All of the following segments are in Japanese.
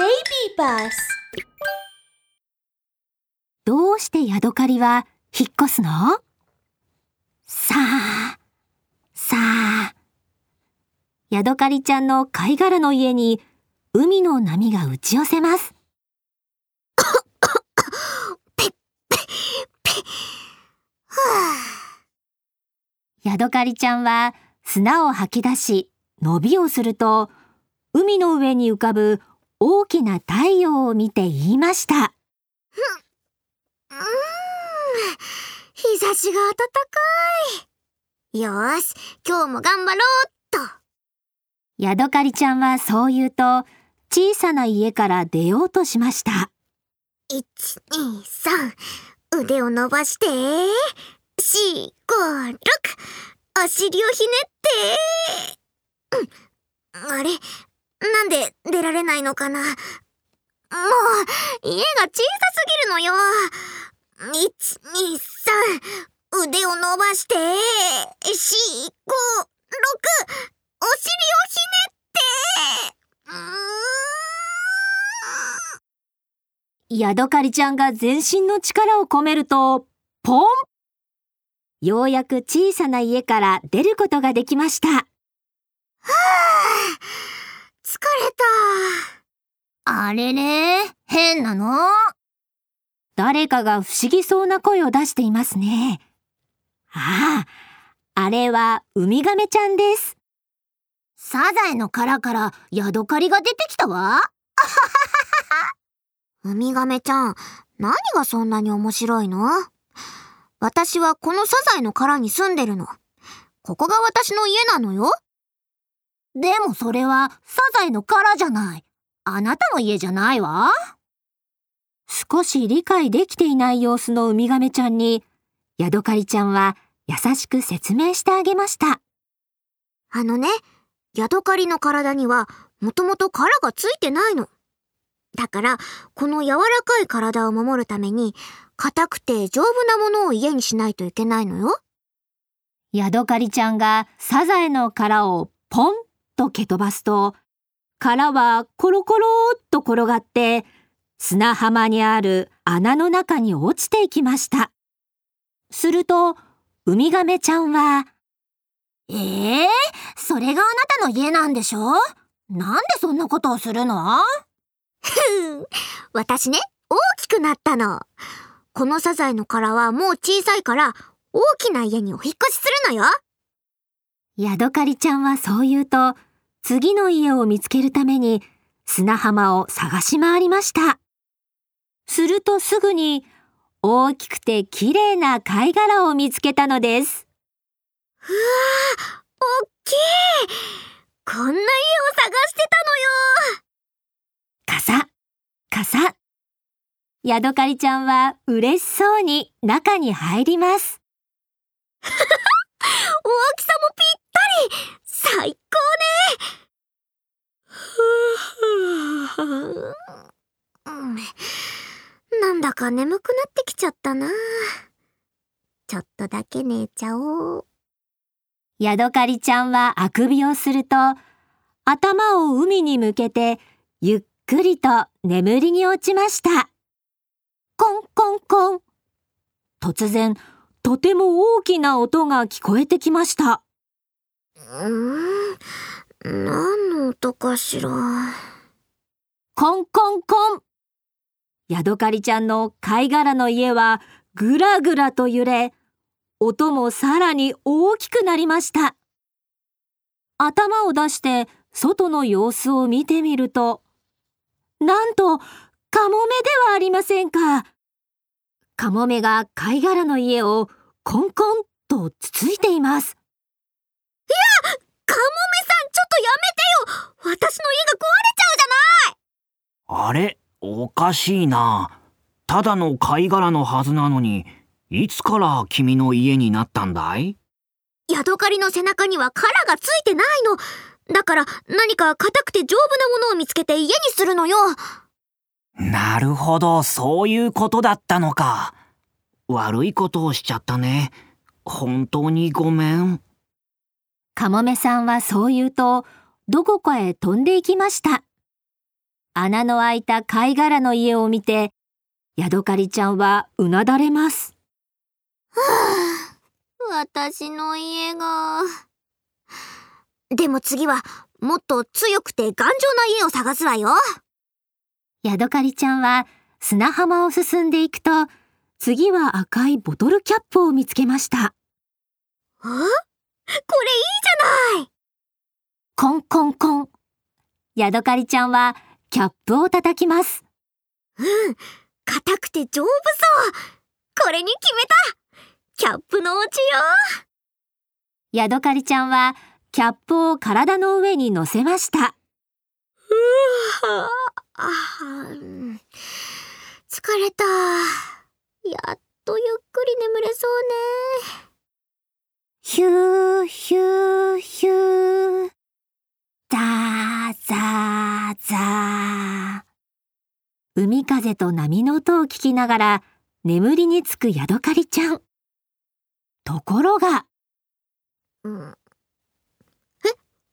Baby Bus。 どうしてヤドカリは引っ越すの？さあ、ヤドカリちゃんの貝殻の家に海の波が打ち寄せます。ヤドカリちゃんは砂を吐き出し、伸びをすると、海の上に浮かぶ大きな太陽を見て言いました。 日差しが暖かい。よーし、今日も頑張ろうっと。 ヤドカリちゃんはそう言うと、小さな家から出ようとしました。 1、2、3、腕を伸ばして、4、5、6、お尻をひねって。あれ、なんで出られないのかな。もう、家が小さすぎるのよ。1、2、3、腕を伸ばして、4、5、6、お尻をひねって。 ヤドカリちゃんが全身の力を込めると、ポン！ようやく小さな家から出ることができました。 疲れた。あれれ、変なの？ 誰かが不思議そうな声を出していますね。あれはウミガメちゃんです。 サザエの殻からヤドカリが出てきたわ。ウミガメちゃん、何がそんなに面白いの？私はこのサザエの殻に住んでるの。ここが私の家なのよ。 でもそれはサザエの殻じゃない。あなたの家じゃないわ。少し理解できていない様子のウミガメちゃんに、ヤドカリちゃんは優しく説明してあげました。 ヤドカリの体にはもともと殻がついてないの。だから、この柔らかい体を守るために、硬くて丈夫なものを家にしないといけないのよ。 ヤドカリちゃんがサザエの殻をポンと蹴飛ばすと、殻はコロコロっと転がって、砂浜にある穴の中に落ちていきました。すると、ウミガメちゃんは、 それがあなたの家なんでしょ？なんでそんなことをするの？私ね、大きくなったの。このサザエの殻はもう小さいから、大きな家にお引っ越しするのよ。 ヤドカリちゃんはそう言うと、次の家を見つけるために砂浜を探し回りました。するとすぐに大きくて綺麗な貝殻を見つけたのです。 うわー、おっきい！こんな家を探してカサッカサッ。ヤドカリちゃんは嬉しそうに中に入ります。 大きさもぴったり！最高ね！なんだか眠くなってきちゃったな。ちょっとだけ寝ちゃおう。 ヤドカリちゃんはあくびをすると、頭を海に向けてゆっくりと眠りに落ちました。コンコンコン。突然、とても大きな音が聞こえてきました。 何の音かしら。 コンコンコン。ヤドカリちゃんの貝殻の家はぐらぐらと揺れ、音もさらに大きくなりました。頭を出して外の様子を見てみると、なんとカモメではありませんか。カモメが貝殻の家をコンコンとつついています。 いや、カモメさんちょっとやめてよ。私の家が壊れちゃうじゃない。 あれ、おかしいな。ただの貝殻のはずなのに、いつから君の家になったんだい？ ヤドカリの背中には殻がついてないの。だから何か硬くて丈夫なものを見つけて家にするのよ。 なるほど、そういうことだったのか。悪いことをしちゃったね。本当にごめん。 カモメさんはそう言うと、どこかへ飛んでいきました。 穴の開いた貝殻の家を見て、ヤドカリちゃんはうなだれます。 私の家が。でも次はもっと強くて頑丈な家を探すわよ。 ヤドカリちゃんは砂浜を進んでいくと、次は赤いボトルキャップを見つけました。 これいいじゃない。 コンコンコン。ヤドカリちゃんはキャップを叩きます。 硬くて丈夫そう。これに決めた。キャップのお家よ。 ヤドカリちゃんはキャップを体の上に乗せました。 疲れた。やっとゆっくり眠れそうね。 ヒューヒューヒュー。ザーザーザー。海風と波の音を聞きながら眠りにつくヤドカリちゃん。ところが、 あれれ、私の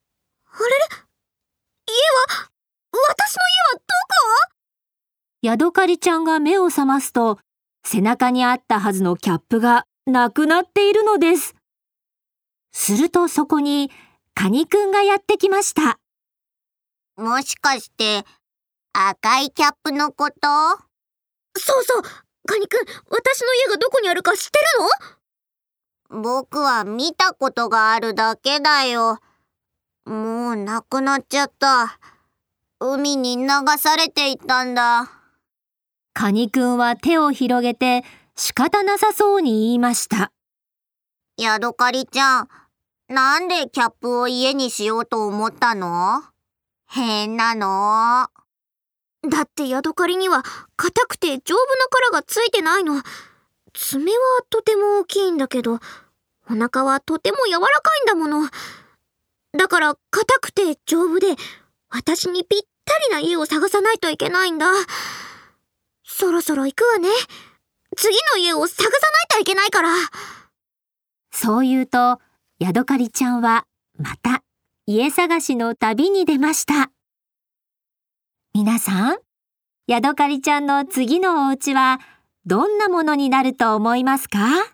家はどこ？ ヤドカリちゃんが目を覚ますと、背中にあったはずのキャップがなくなっているのです。するとそこにカニくんがやってきました。 もしかして赤いキャップのこと？そうそう、カニくん、私の家がどこにあるか知ってるの？僕は見たことがあるだけだよ。もうなくなっちゃった。海に流されていったんだ。 カニくんは手を広げて仕方なさそうに言いました。 ヤドカリちゃん、なんでキャップを家にしようと思ったの？変なの。だってヤドカリには硬くて丈夫な殻がついてないの。爪はとても大きいんだけど、お腹はとても柔らかいんだもの。だから硬くて丈夫で、私にぴったりな家を探さないといけないんだ。そろそろ行くわね。次の家を探さないといけないから。 そう言うと、ヤドカリちゃんはまた家探しの旅に出ました。皆さん、ヤドカリちゃんの次のお家はどんなものになると思いますか？